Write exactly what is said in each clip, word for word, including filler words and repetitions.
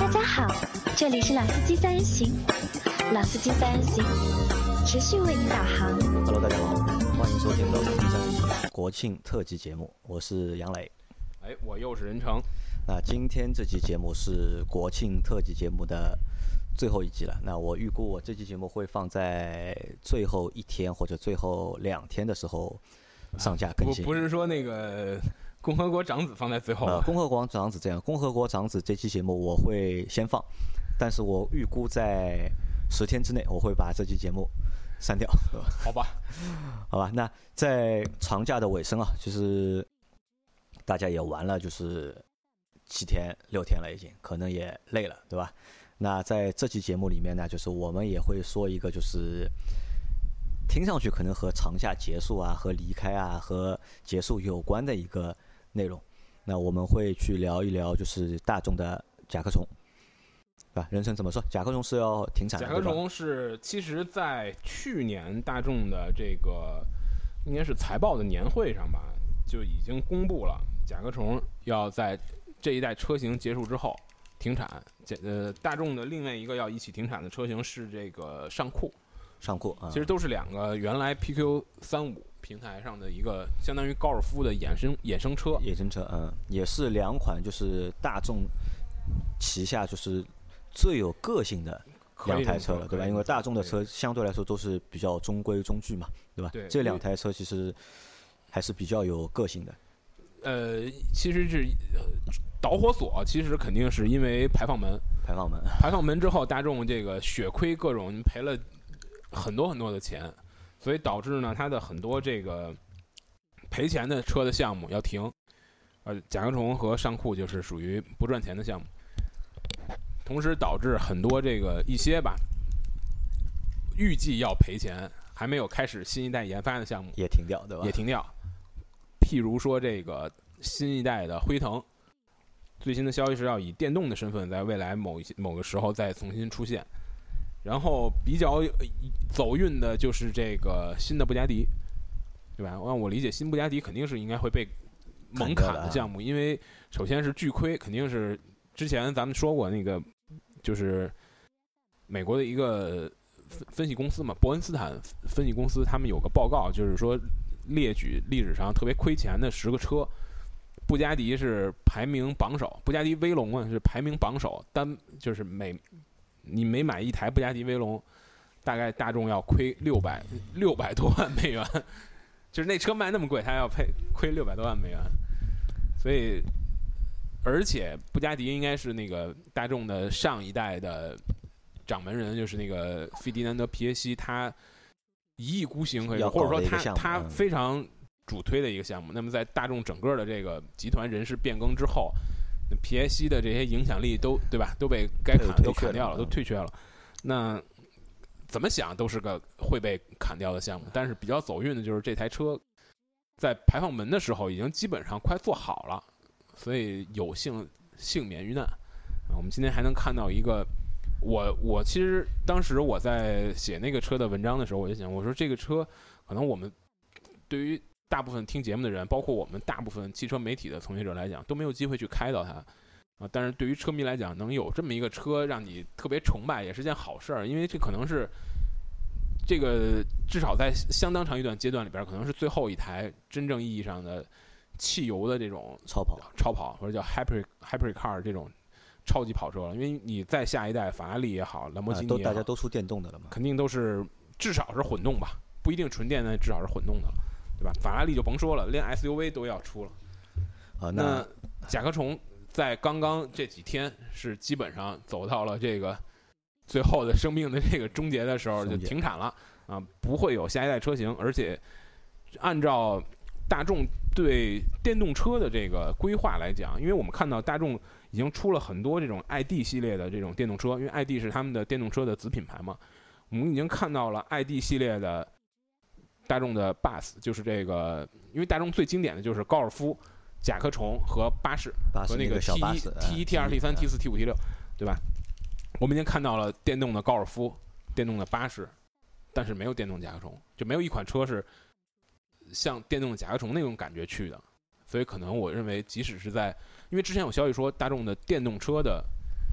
大家好，这里是老司机三人行，老司机三人行持续为您导航。 Hello， 大家好，欢迎收听老司机三人行国庆特辑节目，我是杨磊。 哎，我又是任成。 那今天这期节目是国庆特辑节目的最后一集了。那我预估我这期节目会放在最后一天或者最后两天的时候上架更新。 不不是说那个共和国长子放在最后、 呃，共和国长子这样，共和国长子这期节目我会先放，但是我预估在十天之内我会把这期节目删掉。 好吧， 好吧。那在长假的尾声啊，就是大家也玩了，就是七天六天了，已经可能也累了，对吧？那在这期节目里面呢，就是我们也会说一个，就是听上去可能和长假结束啊、和离开啊、和结束有关的一个内容。那我们会去聊一聊，就是大众的甲壳虫，对吧？人生怎么说？甲壳虫是要停产的。 甲壳虫是，其实，在去年大众的这个应该是财报的年会上吧，就已经公布了，甲壳虫要在这一代车型结束之后停产。呃，大众的另外一个要一起停产的车型是这个尚酷。 尚酷啊， 其实都是两个原来 P Q 三五平台上的一个相当于高尔夫的衍生衍生车。 衍生车，嗯，也是两款就是大众旗下就是最有个性的两台车了，对吧？因为大众的车相对来说都是比较中规中矩嘛，对吧？ 对， 这两台车其实还是比较有个性的。 呃，其实是导火索，其实肯定是因为排放门。 排放门， 排放门之后，大众这个血亏各种赔了很多很多的钱，所以导致呢，它的很多这个赔钱的车的项目要停。呃，甲壳虫和尚酷就是属于不赚钱的项目，同时导致很多这个一些吧，预计要赔钱还没有开始新一代研发的项目也停掉，对吧？ 也停掉。譬如说这个新一代的辉腾，最新的消息是要以电动的身份在未来某一些某个时候再重新出现。然后比较走运的就是这个新的布加迪，对吧？按我理解，新布加迪肯定是应该会被猛砍的项目，因为首先是巨亏，肯定是之前咱们说过那个，就是美国的一个分析公司嘛，伯恩斯坦分析公司，他们有个报告，就是说列举历史上特别亏钱的十个车，布加迪是排名榜首，布加迪威龙啊是排名榜首，单就是每你每买一台布加迪威龙，大概大众要亏六百六百多万美元，就是那车卖那么贵，它要赔亏六百多万美元，所以而且布加迪应该是那个大众的上一代的掌门人，就是那个费迪南德皮耶西，他一意孤行可以说，或者说他他非常主推的一个项目。那么在大众整个的这个集团人事变更之后，皮耶西的这些影响力都对吧，都被该砍都砍掉了，都退却了。那怎么想都是个会被砍掉的项目。但是比较走运的就是这台车在排放门的时候已经基本上快做好了，所以有幸幸免于难。我们今天还能看到一个。我我其实当时我在写那个车的文章的时候，我就想，我说这个车可能我们对于大部分听节目的人，包括我们大部分汽车媒体的从业者来讲，都没有机会去开到它啊。但是对于车迷来讲，能有这么一个车让你特别崇拜，也是件好事儿，因为这可能是这个至少在相当长一段阶段里边，可能是最后一台真正意义上的汽油的这种超跑、 超跑或者叫 hyper hyper car 这种。超级跑车了，因为你在下一代法拉利也好，兰博基尼也好、 啊、都大家都出电动的了嘛， 肯定都是至少是混动吧，不一定纯电的，至少是混动的了，对吧？法拉利就甭说了，连 S U V 都要出了。 啊， 那, 那甲壳虫在刚刚这几天是基本上走到了这个最后的生命的这个终结的时候就停产了啊，不会有下一代车型，而且按照大众对电动车的这个规划来讲，因为我们看到大众已经出了很多这种 I D 系列的这种电动车，因为 I D 是他们的电动车的子品牌嘛。我们已经看到了 I D 系列的大众的 Bus， 就是这个，因为大众最经典的就是高尔夫、甲壳虫和巴士和那个 T 一、T 一、T 二、T 三、T 四、T 五、T 六，对吧？我们已经看到了电动的高尔夫、电动的巴士，但是没有电动甲壳虫，就没有一款车是像电动的甲壳虫那种感觉去的。所以可能我认为，即使是在，因为之前有消息说大众的电动车的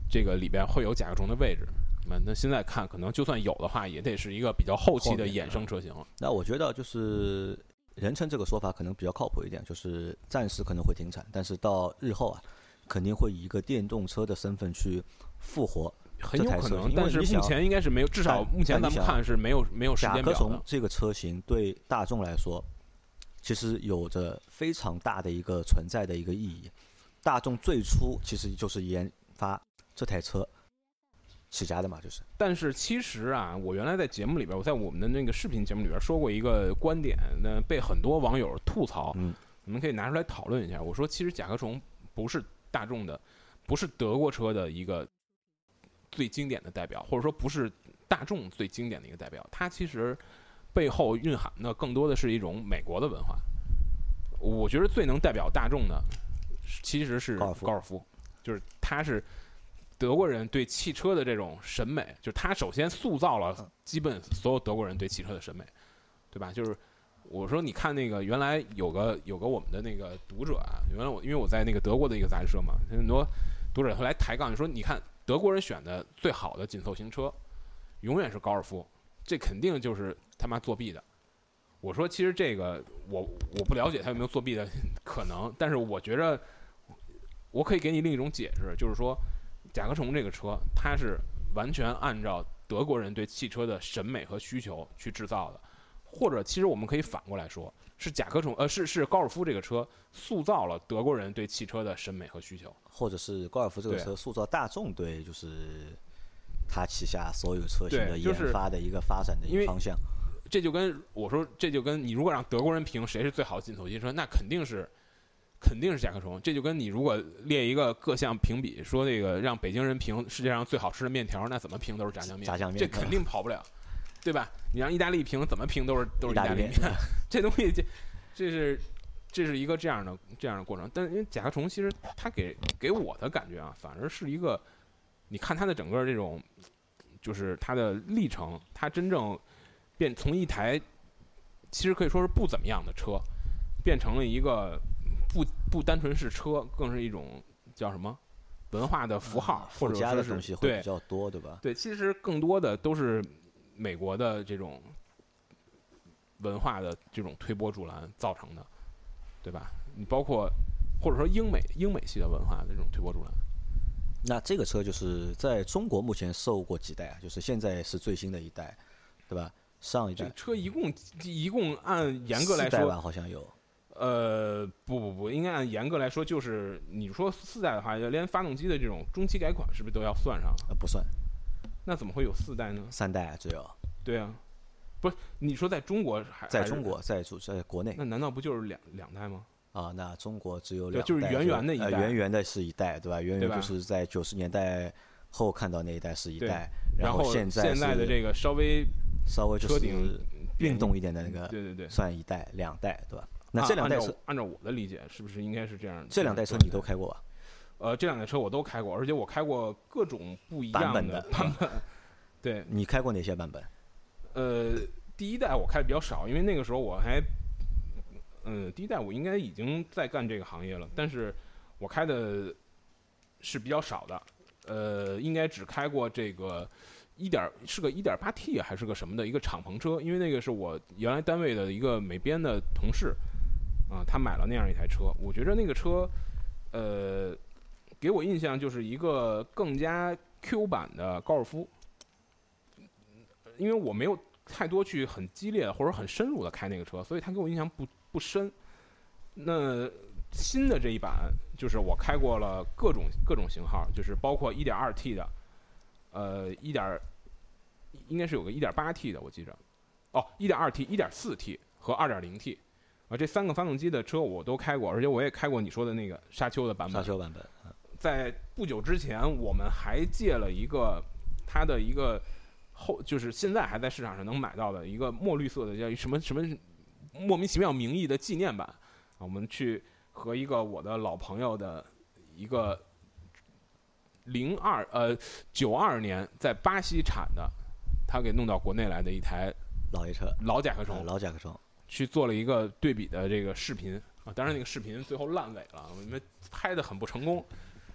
这个里边会有甲壳虫的位置。那现在看，可能就算有的话，也得是一个比较后期的衍生车型。 那我觉得就是人称这个说法可能比较靠谱一点，就是暂时可能会停产，但是到日后啊，肯定会以一个电动车的身份去复活很有可能，但是目前应该是没有，至少目前咱们看是没有没有时间表的。 甲壳虫这个车型对大众来说，其实有着非常大的一个存在的一个意义。大众最初其实就是研发这台车起家的嘛，就是。 但是其实啊，我原来在节目里边，我在我们的那个视频节目里边说过一个观点，那被很多网友吐槽， 嗯， 我们可以拿出来讨论一下。我说，其实甲壳虫不是大众的，不是德国车的一个最经典的代表，或者说不是大众最经典的一个代表，它其实背后蕴含的更多的是一种美国的文化。我觉得最能代表大众的，其实是高尔夫，就是它是。德国人对汽车的这种审美，就是他首先塑造了基本所有德国人对汽车的审美，对吧？就是我说你看那个原来有个有个我们的那个读者啊，原来我因为我在那个德国的一个杂志社嘛，很多读者后来抬杠，说你看德国人选的最好的紧凑型车，永远是高尔夫，这肯定就是他妈作弊的。我说其实这个我我不了解他有没有作弊的可能，但是我觉着我可以给你另一种解释，就是说。甲壳虫这个车，它是完全按照德国人对汽车的审美和需求去制造的，或者其实我们可以反过来说，是甲壳虫，呃，是是高尔夫这个车塑造了德国人对汽车的审美和需求， 或者是高尔夫这个车塑造大众对就是它旗下所有车型的研发的一个发展的一个方向。 就是、这就跟我说，这就跟你如果让德国人评谁是最好的紧凑型车，那肯定是。肯定是甲壳虫，这就跟你如果列一个各项评比，说这个让北京人评世界上最好吃的面条，那怎么评都是炸酱面， 炸酱面这肯定跑不了，对吧？你让意大利评，怎么评都是都是意大利面，这东西这这是这是一个这样的这样的过程。但因为甲壳虫其实它给给我的感觉啊，反而是一个，你看它的整个这种，就是它的历程，它真正变从一台其实可以说是不怎么样的车，变成了一个。不不单纯是车，更是一种叫什么文化的符号，或者附加的东西会比较多，对吧？ 对，其实更多的都是美国的这种文化的这种推波助澜造成的，对吧？你包括或者说英美英美系的文化的这种推波助澜。 那这个车就是在中国目前售过几代啊？就是现在是最新的一代，对吧？上一代这车一共一共按严格来说， 四代吧，好像有。 呃，不不不，应该按严格来说，就是你说四代的话，连发动机的这种中期改款是不是都要算上？ 呃，不算。 那怎么会有四代呢？ 三代只有。 对啊，不是你说在中国还在中国在在国内， 那难道不就是两两代吗？ 啊，那中国只有两代， 就是圆圆的一代， 呃、圆圆的是一代，对吧？圆圆就是在九十年代后看到那一代是一代， 然后现在现在的这个稍微稍微就是运动一点的那个， 对对对， 算一代两代，对吧？那这两代车， 按照我的理解，是不是应该是这样？ 这两代车你都开过吧？ 呃，这两代车我都开过，而且我开过各种不一样的版本。对， 你开过哪些版本？ 呃，第一代我开的比较少，因为那个时候我还，嗯，第一代我应该已经在干这个行业了，但是我开的是比较少的，呃，应该只开过这个。一点是个 一点八 T 还是个什么的一个敞篷车，因为那个是我原来单位的一个美编的同事，啊、呃，他买了那样一台车，我觉得那个车，呃，给我印象就是一个更加 Q 版的高尔夫，因为我没有太多去很激烈的或者很深入的开那个车，所以他给我印象不不深。那新的这一版就是我开过了各种各种型号，就是包括 一点二 T 的。呃，一点应该是有个 一点八 T 的，我记着，哦 ，一点二 T、一点四 T 和 二点零 T， 啊，这三个发动机的车我都开过，而且我也开过你说的那个沙丘的版本。 沙丘版本， 在不久之前，我们还借了一个它的一个后，就是现在还在市场上能买到的一个墨绿色的叫什么什么莫名其妙名义的纪念版啊，我们去和一个我的老朋友的一个。零二呃九二年在巴西产的，他给弄到国内来的一台老爷车， 老甲壳虫， 老甲壳虫， 去做了一个对比的这个视频啊，当然那个视频最后烂尾了，我们拍的很不成功。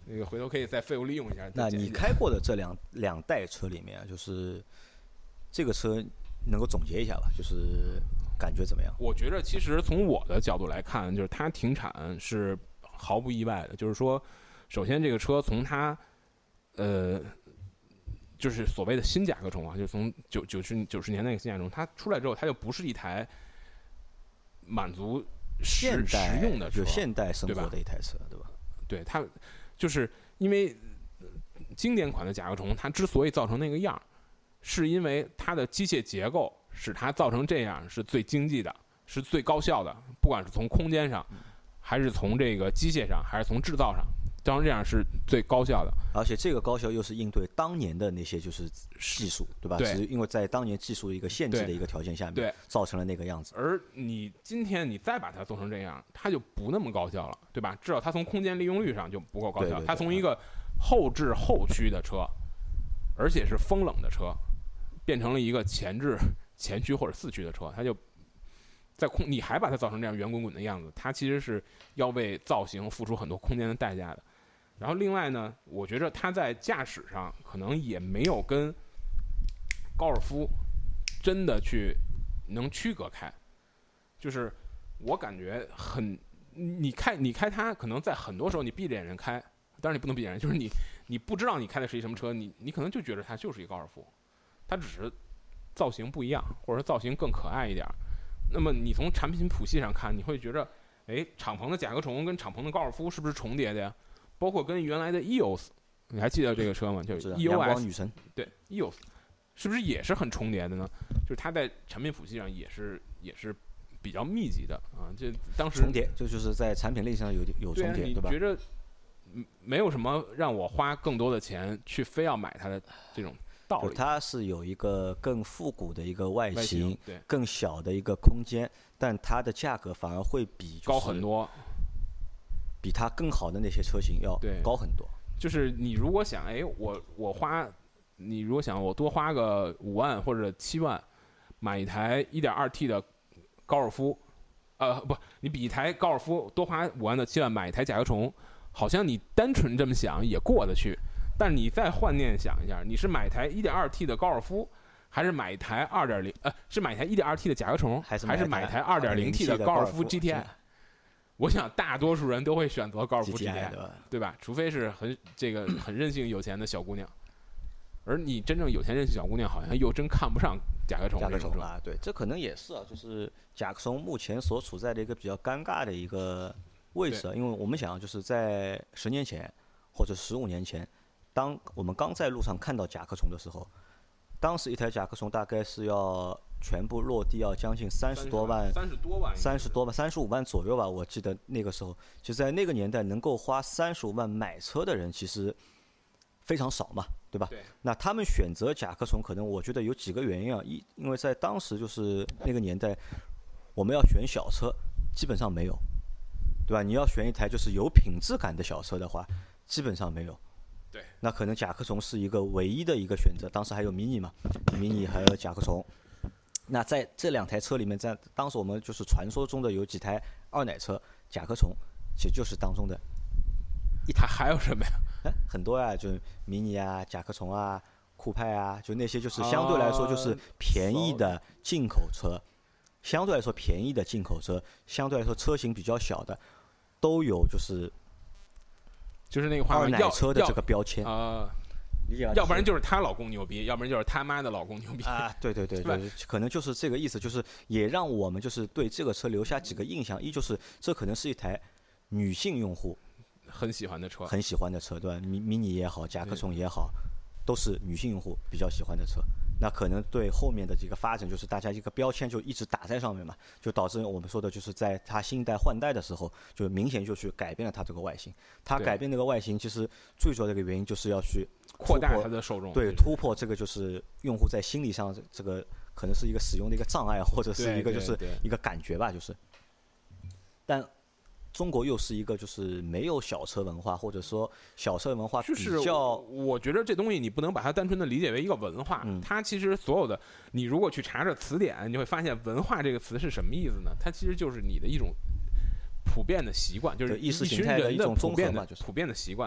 那个回头可以再废物利用一下。 那你开过的这两两代车里面，就是这个车能够总结一下吧？就是感觉怎么样？ 我觉得其实从我的角度来看，就是它停产是毫不意外的。就是说，首先这个车从它呃，就是所谓的新甲壳虫啊，就从九九十九十年那个新甲壳虫，它出来之后，它就不是一台满足实实用的车， 就现代生活的一台车，对吧？ 对，它就是因为经典款的甲壳虫，它之所以造成那个样，是因为它的机械结构使它造成这样是最经济的，是最高效的，不管是从空间上，还是从这个机械上，还是从制造上，造成这样是最高效的。 而且这个高效又是应对当年的那些就是技术，对吧？ 对， 是因为在当年技术的一个限制的一个条件下面， 对， 造成了那个样子。 而你今天你再把它做成这样，它就不那么高效了，对吧？至少它从空间利用率上就不够高效。 对对对， 它从一个后置后驱的车，而且是风冷的车，变成了一个前置前驱或者四驱的车，它就在空，你还把它造成这样圆滚滚的样子，它其实是要为造型付出很多空间的代价的。然后另外呢，我觉得它在驾驶上可能也没有跟高尔夫真的去能区隔开，就是我感觉很，你开你开它，可能在很多时候你闭着眼睛开，当然你不能闭着眼睛，就是你你不知道你开的是一什么车，你你可能就觉得它就是一个高尔夫，它只是造型不一样，或者说造型更可爱一点。那么你从产品谱系上看，你会觉得，哎，敞篷的甲壳虫跟敞篷的高尔夫是不是重叠的呀？包括跟原来的 E O S， 你还记得这个车吗？就是 E O S， 阳光女神， 对 E O S， 是不是也是很重叠的呢？就是它在产品谱系上也是也是比较密集的啊。这当时重叠，这就是在产品类上有有重叠， 对、啊、 对吧？ 你觉得没有什么让我花更多的钱去非要买它的这种道理？ 它是有一个更复古的一个外形， 外形对， 更小的一个空间，但它的价格反而会比、就是、 高很多。 比它更好的那些车型要高很多。 就是你如果想，哎，我我花，你如果想我多花个五万或者七万，买一台 一点二 T 的高尔夫，呃，不，你比一台高尔夫多花五万到七万买一台甲壳虫，好像你单纯这么想也过得去。但你再换念想一下，你是买一台 一点二 T 的高尔夫，还是买一台二点零？呃，是买一台 一点二 T 的甲壳虫，还是买一台 二点零 T 的高尔夫 G T I？我想大多数人都会选择高尔夫 G T I， 对吧？除非是很这个很任性有钱的小姑娘，而你真正有钱任性小姑娘好像又真看不上甲壳虫。 甲壳虫啊，对，这可能也是啊，就是甲壳虫目前所处在的一个比较尴尬的一个位置，因为我们想就是在十年前或者十五年前，当我们刚在路上看到甲壳虫的时候，当时一台甲壳虫大概是要全部落地要将近三十多万， 三十多万， 三十多万，三十五万左右吧。我记得那个时候，就在那个年代，能够花三十五万买车的人其实非常少嘛，对吧？ 对。 那他们选择甲壳虫，可能我觉得有几个原因啊。一，因为在当时就是那个年代，我们要选小车，基本上没有，对吧？你要选一台就是有品质感的小车的话，基本上没有。 对。 那可能甲壳虫是一个唯一的一个选择。当时还有迷你嘛，迷你还有甲壳虫。那在这两台车里面，在当时我们就是传说中的有几台二奶车，甲壳虫其实就是当中的一台。 还有什么呀？ 哎，很多啊，就迷你啊、甲壳虫啊、酷派啊，就那些就是相对来说就是便宜的进口车，哦、相对来说便宜的进口车，相对来说车型比较小的，都有就是就是那个话二奶车的这个标签啊。要不然就是她老公牛逼，要不然就是她妈的老公牛逼啊！对对对对，可能就是这个意思，就是也让我们就是对这个车留下几个印象。一就是这可能是一台女性用户很喜欢的车， 很喜欢的车，对吧？迷迷你也好，甲壳虫也好，都是女性用户比较喜欢的车。那可能对后面的这个发展，就是大家一个标签就一直打在上面嘛，就导致我们说的就是在它新一代换代的时候，就明显就去改变了它这个外形。它改变那个外形，其实最主要的一个原因就是要去扩大它的受众， 对，突破这个就是用户在心理上这个可能是一个使用的一个障碍，或者是一个就是一个感觉吧，就是。但中国又是一个就是没有小车文化，或者说小车文化比较， 我觉得这东西你不能把它单纯的理解为一个文化， 嗯、 它其实所有的，你如果去查查词典，你会发现文化这个词是什么意思呢？它其实就是你的一种普遍的习惯，就是意识形态的一种普遍的就是普遍的习惯。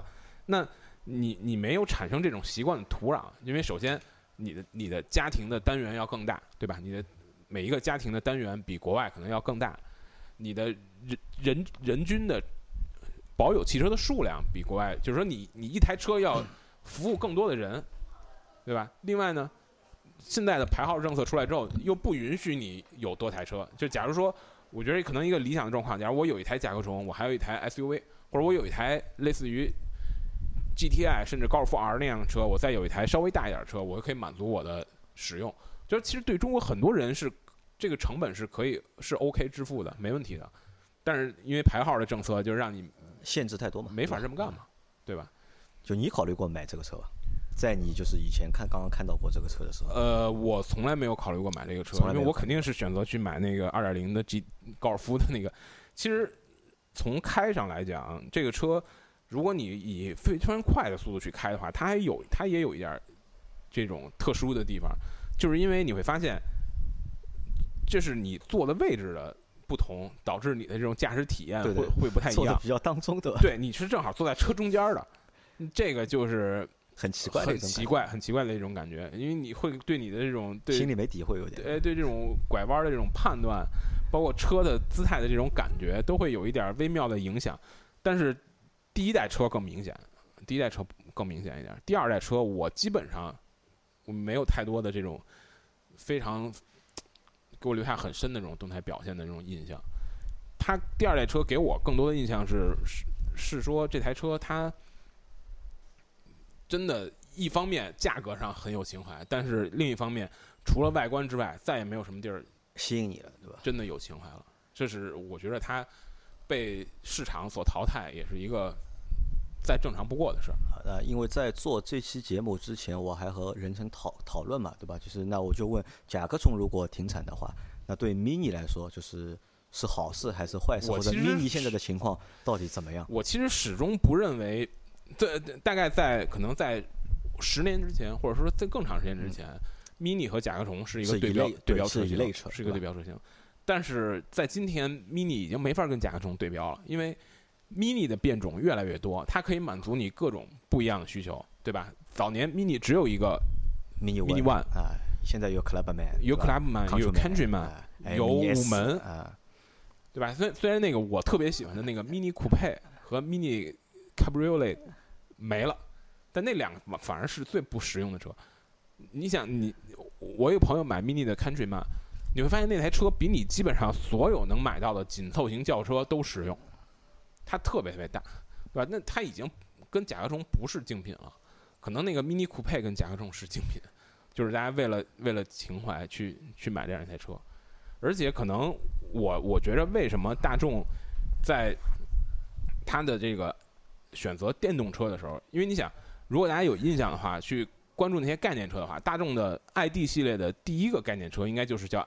那你你没有产生这种习惯的土壤，因为首先你的你的家庭的单元要更大，对吧？你的每一个家庭的单元比国外可能要更大，你的人人人均的保有汽车的数量比国外，就是说你你一台车要服务更多的人，对吧？另外呢，现在的牌号政策出来之后，又不允许你有多台车。就假如说，我觉得可能一个理想的状况，假如我有一台甲壳虫，我还有一台 S U V， 或者我有一台类似于 G T I 甚至高尔夫 R 那样的车，我再有一台稍微大一点的车，我就可以满足我的使用。就是其实对中国很多人是这个成本是可以是 OK 支付的，没问题的。但是因为牌号的政策，就让你限制太多嘛， 没法这么干嘛，对吧？ 就你考虑过买这个车吧？在你就是以前看刚刚看到过这个车的时候， 呃，我从来没有考虑过买这个车，因为我肯定是选择去买那个二点零的 G 高尔夫的那个。其实从开上来讲，这个车如果你以非常快的速度去开的话，它还有它也有一点这种特殊的地方，就是因为你会发现，这是你坐的位置的不同，导致你的这种驾驶体验会对对会不太一样， 坐的比较当中的。 对，你是正好坐在车中间的，这个就是很奇怪的很奇怪、很奇怪的一种感觉，因为你会对你的这种对心里没底，会有点， 哎，对这种拐弯的这种判断，包括车的姿态的这种感觉，都会有一点微妙的影响。但是第一代车更明显，第一代车更明显一点。第二代车我基本上我没有太多的这种非常给我留下很深的这种动态表现的这种印象。它第二代车给我更多的印象是是是说这台车它真的，一方面价格上很有情怀，但是另一方面，除了外观之外，再也没有什么地儿吸引你了，对吧？ 真的有情怀了。这是我觉得它被市场所淘汰，也是一个再正常不过的事儿。 呃，因为在做这期节目之前，我还和任晨讨讨论嘛，对吧？就是那我就问，甲壳虫如果停产的话，那对 mini 来说，就是是好事还是坏事？或者 mini 现在的情况到底怎么样？ 我其实始终不认为。对，大概在可能在十年之前，或者说在更长时间之前、嗯、，mini 和甲壳虫是一个对标对标车型，是一个对标车型。但是在今天 ，mini 已经没法跟甲壳虫对标了，因为 mini 的变种越来越多，它可以满足你各种不一样的需求，对吧？早年 mini 只有一个 mini mini one 啊，现在有 Clubman， 有 Clubman， 有 Countryman，、啊、有五门啊， 对吧？虽虽然那个我特别喜欢的那个 mini Coupe 和 mini Cabriolet 没了，但那两个反而是最不实用的车。你想你，我有朋友买 mini 的 Countryman， 你会发现那台车比你基本上所有能买到的紧凑型轿车都实用，它特别特别大，对吧？那它已经跟甲壳虫不是竞品了，可能那个 mini Coupe 跟甲壳虫是竞品，就是大家为了为了情怀去去买这样一台车。而且可能我我觉得为什么大众在它的这个选择电动车的时候，因为你想，如果大家有印象的话，去关注那些概念车的话，大众的 I D 系列的第一个概念车应该就是叫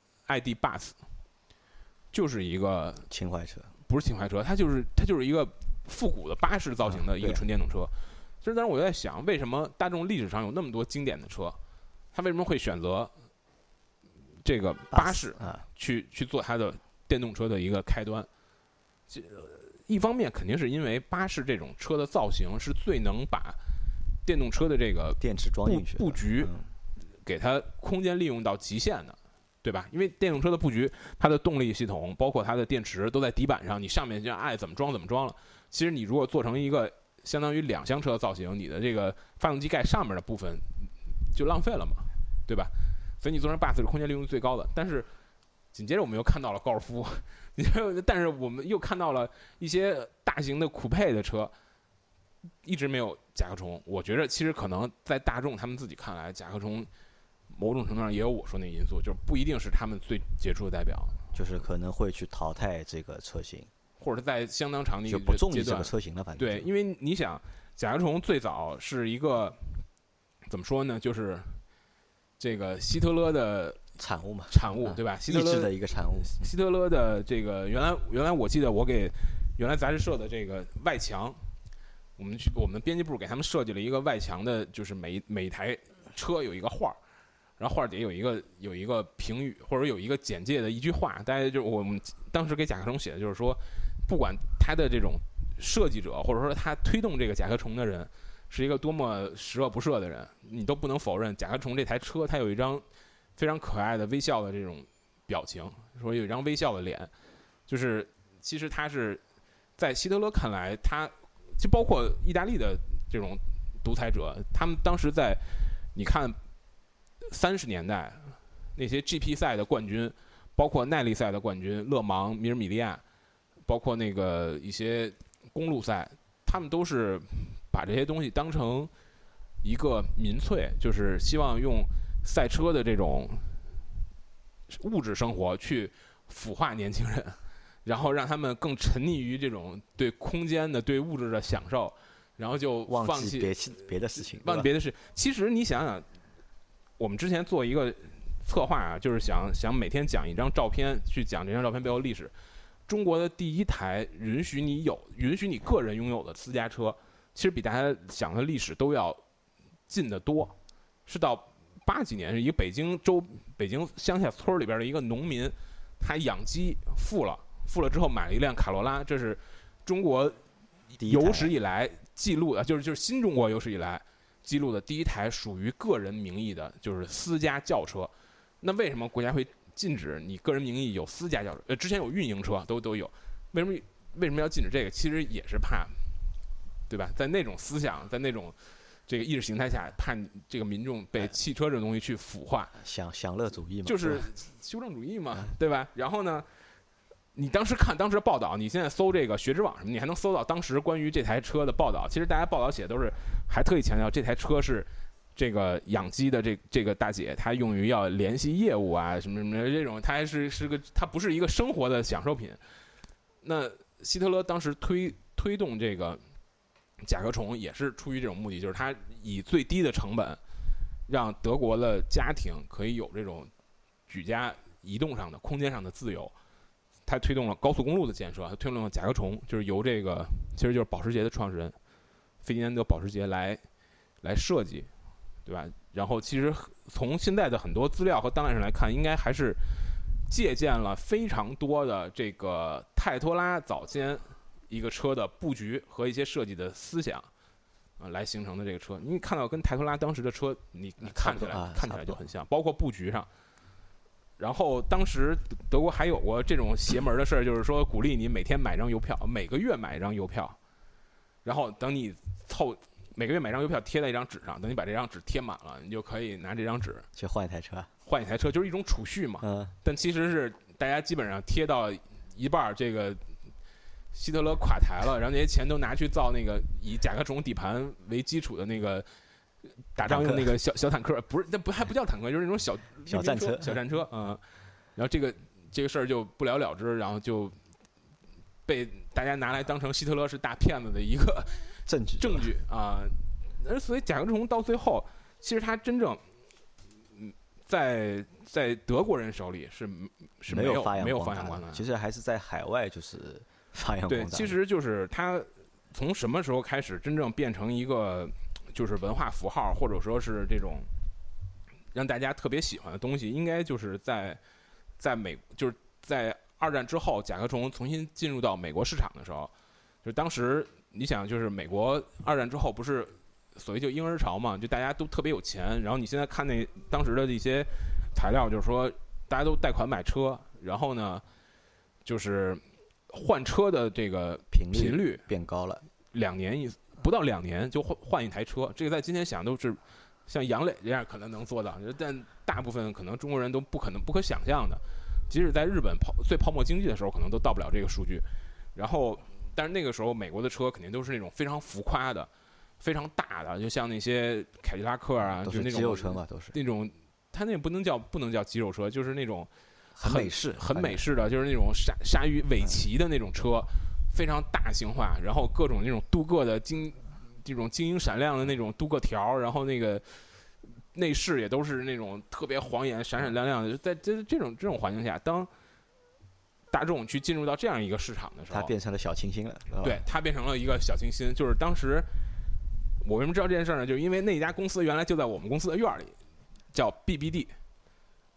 I D Bus， 就是一个情怀车， 不是情怀车，它就是它就是一个复古的巴士造型的一个纯电动车。其实当时我就在想，为什么大众历史上有那么多经典的车，它为什么会选择这个巴士去去做它的电动车的一个开端？一方面肯定是因为巴士这种车的造型是最能把电动车的这个电池装进去布局给它空间利用到极限的，对吧？因为电动车的布局，它的动力系统包括它的电池都在底板上，你上面就爱怎么装怎么装了。其实你如果做成一个相当于两厢车的造型，你的这个发动机盖上面的部分就浪费了嘛，对吧？所以你做成 bus 是空间利用最高的。但是紧接着我们又看到了高尔夫，但是我们又看到了一些大型的酷配的车，一直没有甲壳虫。我觉得其实可能在大众他们自己看来，甲壳虫某种程度上也有我说那因素，就是不一定是他们最杰出的代表， 就是可能会去淘汰这个车型， 或者在相当长的一个就不重视这个车型了。反正对，因为你想，甲壳虫最早是一个怎么说呢，就是这个希特勒的产物嘛， 产物对吧？希特勒的一个产物。 希特勒的这个原来原来我记得我给原来杂志社的这个外墙，我们去我们编辑部给他们设计了一个外墙的，就是每每一台车有一个画，然后画底有一个有一个评语或者有一个简介的一句话，大家就我们当时给甲壳虫写的就是说，不管它的这种设计者或者说他推动这个甲壳虫的人是一个多么十恶不赦的人，你都不能否认甲壳虫这台车它有一张非常可爱的微笑的这种表情，说有一张微笑的脸，就是其实他是在希特勒看来，他就包括意大利的这种独裁者，他们当时在你看三十年代那些 G P 赛的冠军，包括耐力赛的冠军勒芒、米尔米利亚，包括那个一些公路赛，他们都是把这些东西当成一个民粹，就是希望用赛车的这种物质生活去腐化年轻人，然后让他们更沉溺于这种对空间的、对物质的享受，然后就放忘记弃别别的事情， 忘记别的事。其实你想想，我们之前做一个策划啊，就是想想每天讲一张照片，去讲这张照片背后历史。中国的第一台允许你有、允许你个人拥有的私家车，其实比大家想的历史都要近得多。是到八几年，是一个北京州、北京乡下村里边的一个农民，他养鸡富了，富了之后买了一辆卡罗拉，这是中国有史以来记录的，就是就是新中国有史以来记录的第一台属于个人名义的，就是私家轿车。那为什么国家会禁止你个人名义有私家轿车？呃，之前有运营车都都有，为什么为什么要禁止这个？其实也是怕，对吧？在那种思想，在那种这个意识形态下，怕这个民众被汽车这种东西去腐化， 享享乐主义嘛， 就是修正主义嘛，对吧？然后呢，你当时看当时的报道，你现在搜这个学知网什么，你还能搜到当时关于这台车的报道。其实大家报道写的都是，还特意强调这台车是这个养鸡的这这个大姐，她用于要联系业务啊，什么什么这种，它还是是个，它不是一个生活的享受品。那希特勒当时推推动这个甲壳虫，也是出于这种目的，就是他以最低的成本，让德国的家庭可以有这种举家移动上的空间上的自由。他推动了高速公路的建设，他推动了甲壳虫，就是由这个其实就是保时捷的创始人费迪南德·保时捷来来设计。对吧？然后其实从现在的很多资料和档案上来看，应该还是借鉴了非常多的这个泰托拉早先一个车的布局和一些设计的思想啊、呃，来形成的这个车。你看到跟泰托拉当时的车，你你看起来、啊、看起来就很像，包括布局上。然后当时德国还有过这种邪门的事儿，就是说鼓励你每天买张邮票，每个月买一张邮票，然后等你凑。每个月买张邮票贴在一张纸上，等你把这张纸贴满了，你就可以拿这张纸去换一台车， 换一台车就是一种储蓄嘛。 嗯。 但其实是大家基本上贴到一半，这个希特勒垮台了，然后那些钱都拿去造那个以甲壳虫底盘为基础的那个打仗用那个小小坦克，不是那不还不叫坦克，就是那种小小战车， 小战车啊、嗯。然后这个这个事儿就不了了之，然后就被大家拿来当成希特勒是大骗子的一个。 证据证据啊，而所以甲壳虫到最后，其实它真正，嗯，在在德国人手里是是没有没有发扬光大， 其实还是在海外就是发扬光大。 对，其实就是它从什么时候开始真正变成一个就是文化符号，或者说是这种让大家特别喜欢的东西，应该就是在在美就是在二战之后，甲壳虫重新进入到美国市场的时候，就当时。你想，就是美国二战之后不是所谓就婴儿潮嘛，就大家都特别有钱。然后你现在看那当时的一些材料，就是说大家都贷款买车，然后呢，就是换车的这个频率频率变高了， 两年一不到两年就换换一台车。这个在今天想都是像杨磊这样可能能做到，但大部分可能中国人都不可能不可想象的。即使在日本泡最泡沫经济的时候，可能都到不了这个数据。然后。但是那个时候，美国的车肯定都是那种非常浮夸的、非常大的，就像那些凯迪拉克啊， 都是那种肌肉车嘛，都是那种，它那不能叫不能叫肌肉车，就是那种很美式、 很美式的，就是那种鲨鲨鱼尾鳍的那种车，非常大型化，然后各种那种镀铬的金，这种晶莹闪亮的那种镀铬条，然后那个内饰也都是那种特别晃眼、闪闪亮亮的。在这这种这种环境下，当大众去进入到这样一个市场的时候， 它变成了小清新了。 对，它变成了一个小清新。就是当时我为什么知道这件事呢？就是因为那家公司原来就在我们公司的院里，叫 B B D。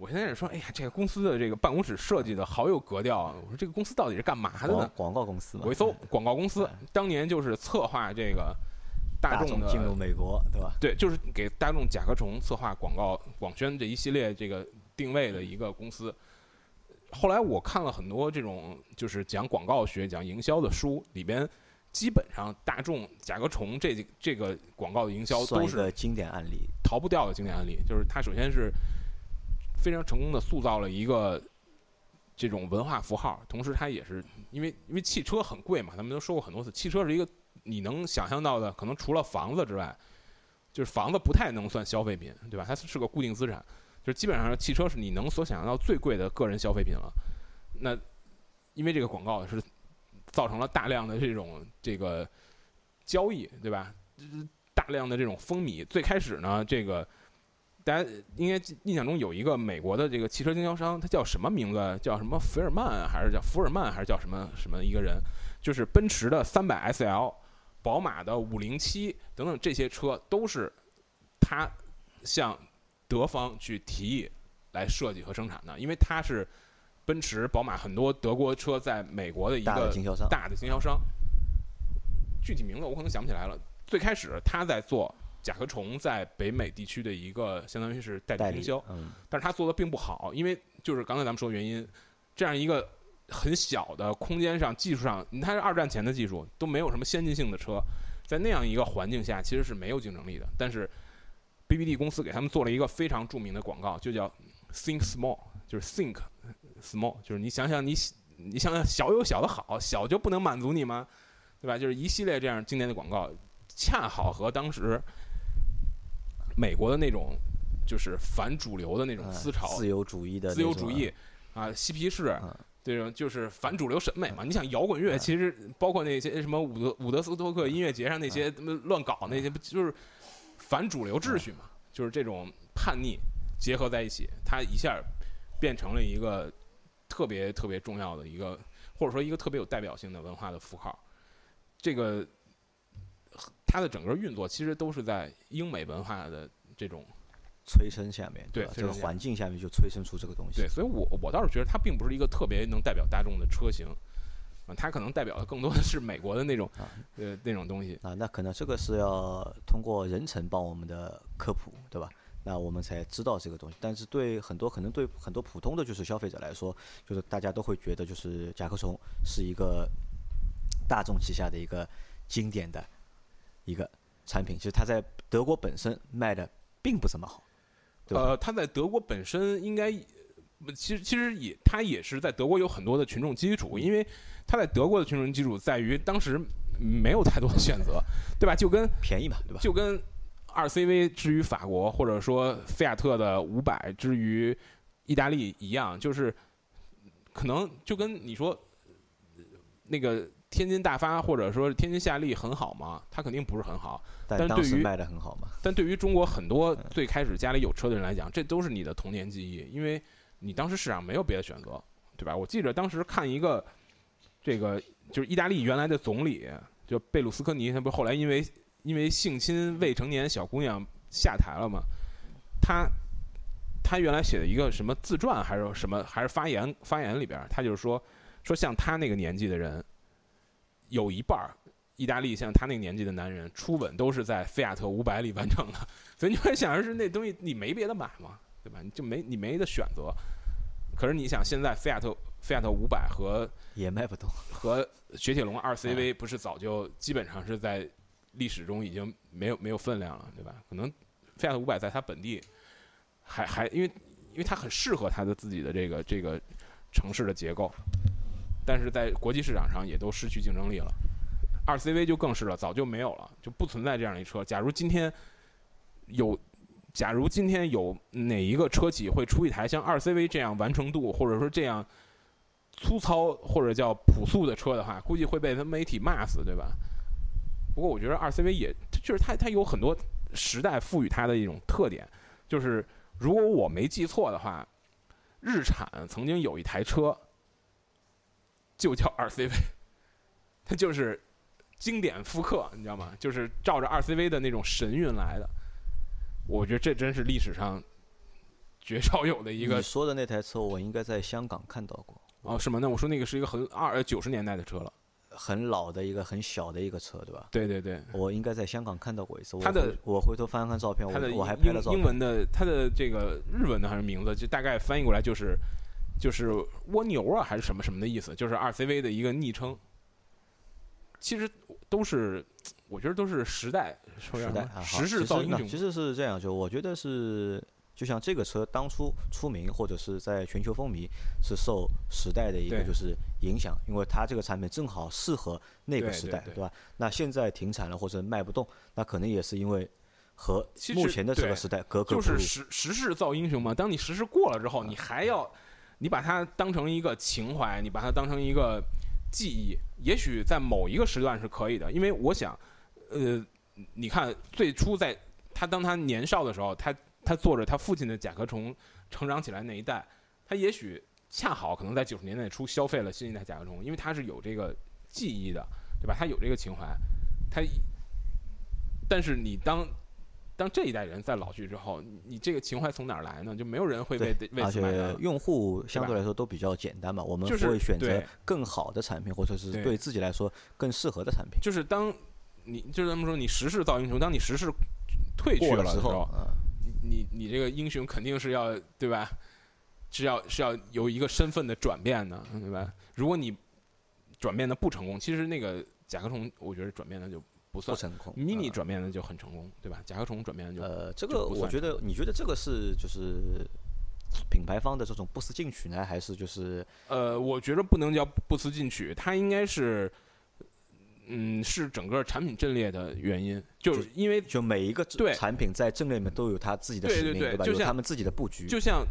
我现在是说，哎呀，这个公司的这个办公室设计的好有格调啊！我说这个公司到底是干嘛的呢？ 广告公司嘛。 我一搜广告公司，当年就是策划这个大众的进入美国，对吧？ 对，就是给大众甲壳虫策划广告广宣这一系列这个定位的一个公司。后来我看了很多这种就是讲广告学、讲营销的书，里边基本上大众甲壳虫这这个广告的营销都是经典案例， 逃不掉的经典案例。就是它首先是非常成功的塑造了一个这种文化符号，同时它也是因为因为汽车很贵嘛，咱们都说过很多次，汽车是一个你能想象到的，可能除了房子之外，就是房子不太能算消费品，对吧？它是个固定资产，就是基本上汽车是你能所想象到最贵的个人消费品了。那因为这个广告是造成了大量的这种这个交易，对吧？大量的这种风靡。最开始呢，这个大家应该印象中有一个美国的这个汽车经销商，他叫什么名字？叫什么福尔曼还是叫福尔曼还是叫什么什么一个人？就是奔驰的三百 S L、宝马的五零七等等这些车都是他向德方去提议来设计和生产的，因为他是奔驰、宝马很多德国车在美国的一个大的经销商。 大的经销商，具体名字我可能想不起来了。最开始他在做甲壳虫在北美地区的一个相当于是代理经销， 嗯， 但是他做的并不好，因为就是刚才咱们说的原因，这样一个很小的空间上，技术上，它是二战前的技术，都没有什么先进性的车，在那样一个环境下，其实是没有竞争力的。但是 B B D 公司给他们做了一个非常著名的广告，就叫 Think Small， 就是 Think Small， 就是你想想你你想想小有小的好，小就不能满足你吗？对吧？就是一系列这样经典的广告，恰好和当时美国的那种就是反主流的那种思潮， 嗯、自由主义的自由主义啊，嬉皮士。嗯，这种就是反主流审美嘛。你想摇滚乐，其实包括那些什么伍德伍德斯托克音乐节上那些乱搞那些，不就是反主流秩序嘛？就是这种叛逆结合在一起，它一下变成了一个特别特别重要的一个，或者说一个特别有代表性的文化的符号。这个它的整个运作其实都是在英美文化的这种催生下面， 对这个环境下面就催生出这个东西。 对，所以我我倒是觉得它并不是一个特别能代表大众的车型，啊，它可能代表的更多的是美国的那种、啊、呃那种东西啊。那可能这个是要通过人程帮我们的科普，对吧？那我们才知道这个东西。但是对很多可能对很多普通的就是消费者来说，就是大家都会觉得就是甲壳虫是一个大众旗下的一个经典的一个产品，其实它在德国本身卖的并不怎么好。 呃，它在德国本身应该，其实其实也它也是在德国有很多的群众基础，因为它在德国的群众基础在于当时没有太多的选择，对吧？就跟便宜嘛，对吧？ 就跟 二 C V 之于法国，或者说菲亚特的五百之于意大利一样，就是可能就跟你说那个天津大发或者说天津夏利很好吗？它肯定不是很好， 但当时卖的很好嘛。 但对于中国很多最开始家里有车的人来讲，这都是你的童年记忆，因为你当时市场没有别的选择，对吧？我记得当时看一个这个就是意大利原来的总理，就贝鲁斯科尼，他不是后来因为因为性侵未成年小姑娘下台了吗？他他原来写的一个什么自传还是什么还是发言发言里边，他就是说说像他那个年纪的人，有一半意大利像他那个年纪的男人初吻都是在菲亚特五百里完成的，所以你会想的是那东西你没别的买嘛，对吧？你就没你没得选择。可是你想现在菲亚特菲亚特五百和也卖不动， 和雪铁龙 二 C V 不是早就基本上是在历史中已经没有没有分量了，对吧？可能菲亚特五百在它本地还还因为因为它很适合它的自己的这个这个城市的结构，但是在国际市场上也都失去竞争力了。二 C V 就更是了，早就没有了，就不存在这样一车。假如今天有，假如今天有哪一个车企会出一台像二 C V 这样完成度或者说这样粗糙或者叫朴素的车的话，估计会被他媒体骂死，对吧？不过我觉得二 C V 也就是它它有很多时代赋予它的一种特点，就是如果我没记错的话，日产曾经有一台车就叫二 C V， 它就是经典复刻，你知道吗？就是照着二 C V 的那种神韵来的。我觉得这真是历史上绝少有的一个。 你说的那台车，我应该在香港看到过。 哦，是吗？那我说那个是一个很二九十年代的车了， 很老的一个很小的一个车，对吧？ 对对对， 我应该在香港看到过一次。 它的我回头翻翻照片， 它的我我还拍了照片。 英文的，它的这个日文的还是名字，就大概翻译过来就是就是蜗牛啊，还是什么什么的意思，就是 R C V 的一个昵称。其实都是，我觉得都是时代时代啊， 时势造英雄。 其实是这样，就我觉得是。就像这个车当初出名或者是在全球风靡，是受时代的一个就是影响，因为它这个产品正好适合那个时代， 对, 对, 对吧？那现在停产了或者卖不动，那可能也是因为和目前的这个时代格格不入。 就是时时势造英雄嘛。当你时势过了之后，你还要你把它当成一个情怀，你把它当成一个记忆，也许在某一个时段是可以的。因为我想，呃，你看最初在他当他年少的时候，他。他坐着他父亲的甲壳虫成长起来那一代，他也许恰好可能在九十年代初消费了新一代甲壳虫，因为他是有这个记忆的，对吧？他有这个情怀，他。但是你当当这一代人在老去之后，你这个情怀从哪儿来呢？就没有人会为为此买单。 而且用户相对来说都比较简单嘛，我们会选择更好的产品，或者是对自己来说更适合的产品。 就是当你就是这么说，你时势造英雄，当你时势退去了之后。你你这个英雄肯定是要对吧？是要是要有一个身份的转变的，对吧？如果你转变的不成功，其实那个甲壳虫，我觉得转变的就不算不成功。 mini 转变的就很成功，对吧？甲壳虫转变的就呃，这个我觉得，你觉得这个是就是品牌方的这种不思进取呢，还是就是呃，我觉得不能叫不思进取，它应该是。嗯，是整个产品阵列的原因，就是因为就每一个产品在阵列里面都有它自己的使命， 对对对， 吧？有他们自己的布局。 就像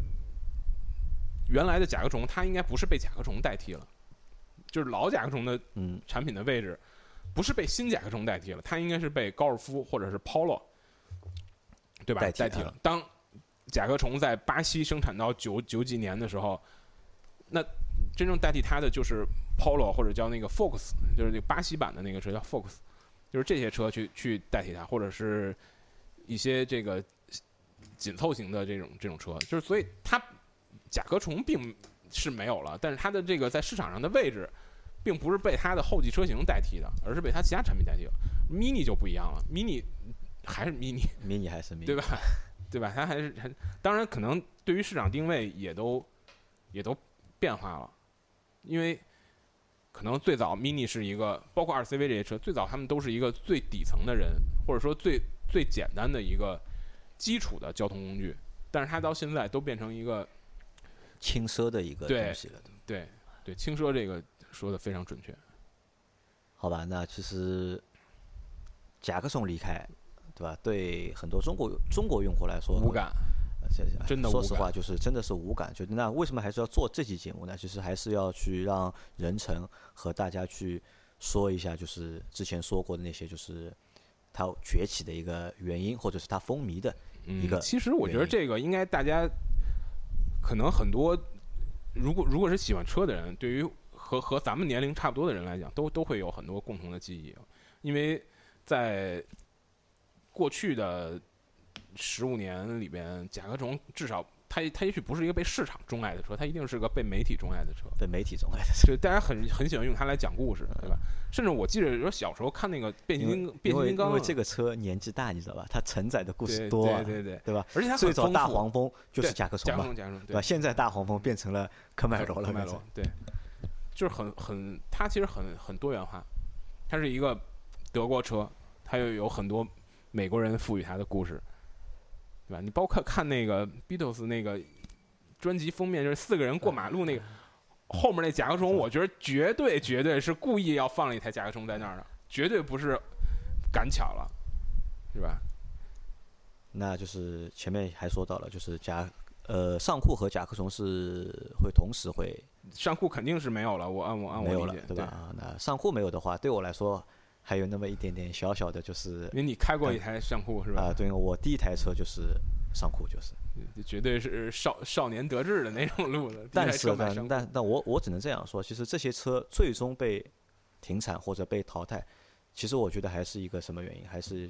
原来的甲壳虫，它应该不是被甲壳虫代替了，就是老甲壳虫的产品的位置，不是被新甲壳虫代替了，它应该是被高尔夫或者是 Polo， 对吧？ 代替, 代替了。当甲壳虫在巴西生产到九九几年的时候，那真正代替它的就是。Polo 或者叫那个 Focus， 就是那个巴西版的那个车叫 Focus， 就是这些车去去代替它，或者是一些这个紧凑型的这种这种车，就是所以它甲壳虫并是没有了，但是它的这个在市场上的位置，并不是被它的后继车型代替的，而是被它其他产品代替了。Mini 就不一样了 ，Mini 还是 Mini，Mini 还是 Mini， 对吧？对吧？它还是还当然可能对于市场定位也都也都变化了，因为。可能最早 Mini 是一个，包括 R C V 这些车，最早他们都是一个最底层的人，或者说最最简单的一个基础的交通工具，但是它到现在都变成一个轻奢的一个东西了。 对对对，轻奢这个说的非常准确。 好吧，那其实甲壳虫离开，对吧？对很多中国中国用户来说无感。真的， 说实话，就是真的是无感。就那为什么还是要做这期节目呢？其实还是要去让任晨和大家去说一下，就是之前说过的那些，就是他崛起的一个原因，或者是他风靡的一个、 嗯。其实我觉得这个应该大家可能很多，如果如果是喜欢车的人，对于和和咱们年龄差不多的人来讲，都都会有很多共同的记忆，因为在过去的。十五年里边，甲壳虫至少它它也许不是一个被市场钟爱的车，它一定是个被媒体钟爱的车， 被媒体钟爱的车， 就大家很很喜欢用它来讲故事，对吧？甚至我记得，有小时候看那个变形金变形金刚， 因为这个车年纪大，你知道吧？它承载的故事多、啊， 对对对对吧？ 而且它最早大黄蜂就是甲壳虫嘛， 甲壳虫对吧？现在大黄蜂变成了科迈罗了， 科迈罗对，就是很很，它其实很很多元化，它是一个德国车，它又有很多美国人赋予它的故事。对吧？你包括看那个 Beatles 那个专辑封面，就是四个人过马路那个后面那甲壳虫，我觉得绝对绝对是故意要放了一台甲壳虫在那儿的，绝对不是赶巧了，是吧？ 那就是前面还说到了，就是甲呃上库和甲壳虫是会同时会上库肯定是没有了，我按我按我理解没有了，对吧？啊，那上库没有的话，对我来说。还有那么一点点小小的，就是因为你开过一台上库是吧？ 啊，对，我第一台车就是上库，就是绝对是少少年得志的那种路子。 但是但但但我我只能这样说，其实这些车最终被停产或者被淘汰，其实我觉得还是一个什么原因？还是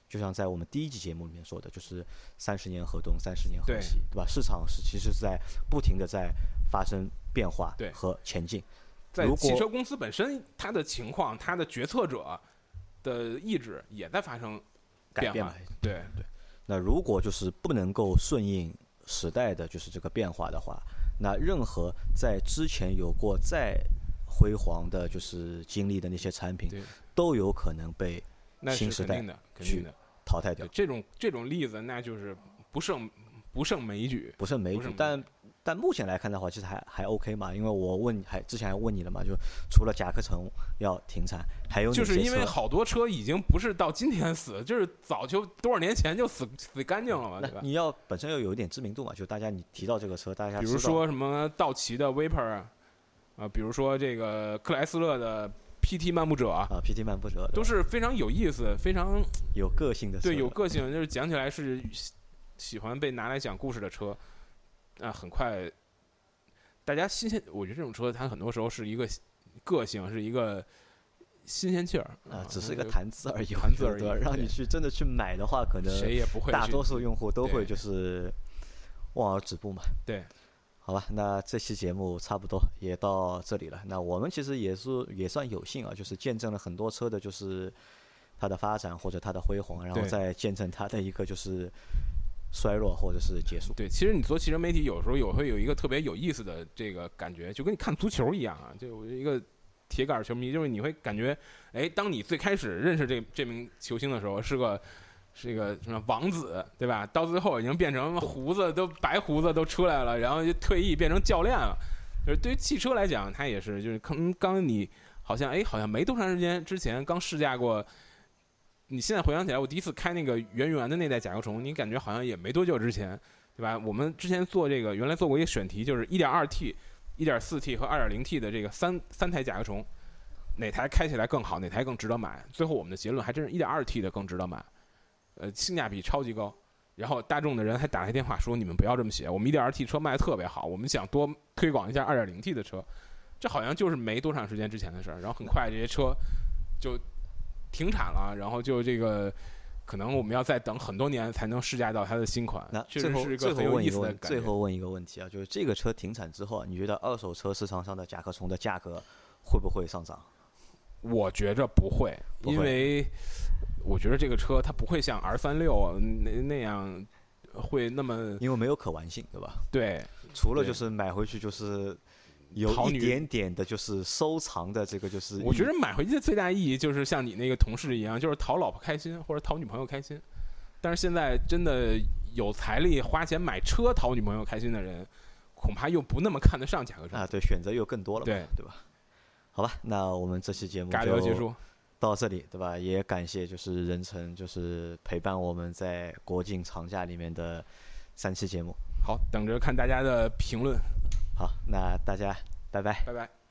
就像在我们第一期节目里面说的，就是三十年河东，三十年河西，对吧？市场是其实是在不停的在发生变化和前进。 在汽车公司本身，它的情况，它的决策者的意志也在发生改变嘛。 对对。那如果就是不能够顺应时代的就是这个变化的话，那任何在之前有过再辉煌的就是经历的那些产品，都有可能被新时代去淘汰掉。 这种这种例子，那就是不胜不胜枚举， 不胜枚举。但但目前来看的话，其实还还 OK 嘛，因为我问还之前还问你了嘛，就除了甲壳虫要停产，还有就是因为好多车已经不是到今天死，就是早就多少年前就死死干净了嘛，对吧？ 你要本身要有一点知名度嘛，就大家你提到这个车，大家比如说什么道奇的 Viper 啊，啊，比如说这个克莱斯勒的 P T 漫步者啊 ，P T 漫步者都是非常有意思、非常有个性的车， 对，有个性，就是讲起来是喜欢被拿来讲故事的车。啊，很快，大家新鲜，我觉得这种车它很多时候是一个个性，是一个新鲜气儿啊，只是一个谈资而已， 谈资而已。 让你去真的去买的话，可能谁也不会， 大多数用户都会就是望而止步嘛。 对， 好吧，那这期节目差不多也到这里了。那我们其实也是也算有幸啊，就是见证了很多车的，就是它的发展或者它的辉煌，然后再见证它的一个就是衰弱或者是结束。 对，其实你做汽车媒体有时候有会有一个特别有意思的这个感觉，就跟你看足球一样啊，就一个铁杆球迷，就是你会感觉，哎，当你最开始认识这这名球星的时候，是个是一个什么王子，对吧？到最后已经变成胡子都白胡子都出来了，然后就退役变成教练了。就是对于汽车来讲，它也是，就是刚刚你好像哎，好像没多长时间之前刚试驾过。你现在回想起来，我第一次开那个圆圆的那代甲壳虫，你感觉好像也没多久之前，对吧？我们之前做这个，原来做过一个选题，就是 一点二 T、一点四 T 和 二点零 T 的这个三三台甲壳虫，哪台开起来更好，哪台更值得买？最后我们的结论还真是 一点二 T 的更值得买，呃，性价比超级高。然后大众的人还打来电话说，你们不要这么写，我们 一点二 T 车卖得特别好，我们想多推广一下 二点零 T 的车。这好像就是没多长时间之前的事儿，然后很快这些车就停产了，然后就这个可能我们要再等很多年才能试驾到它的新款。 那确实是一个很有意思的感觉。 最后问一个问题啊，就是这个车停产之后，你觉得二手车市场上的甲壳虫的价格会不会上涨？ 我觉着不会， 不会， 因为我觉得这个车它不会像 R 三十六 那那样会那么， 因为没有可玩性，对吧？ 对， 除了就是买回去就是有一点点的就是收藏的这个就是， 我觉得买回去的最大意义就是像你那个同事一样，就是讨老婆开心或者讨女朋友开心。但是现在真的有财力花钱买车讨女朋友开心的人，恐怕又不那么看得上甲壳虫啊。对，选择又更多了嘛， 对对吧？好吧，那我们这期节目就结束到这里，对吧？也感谢就是任晨就是陪伴我们在国庆长假里面的三期节目。 好，等着看大家的评论。 好，那大家拜拜， 拜拜。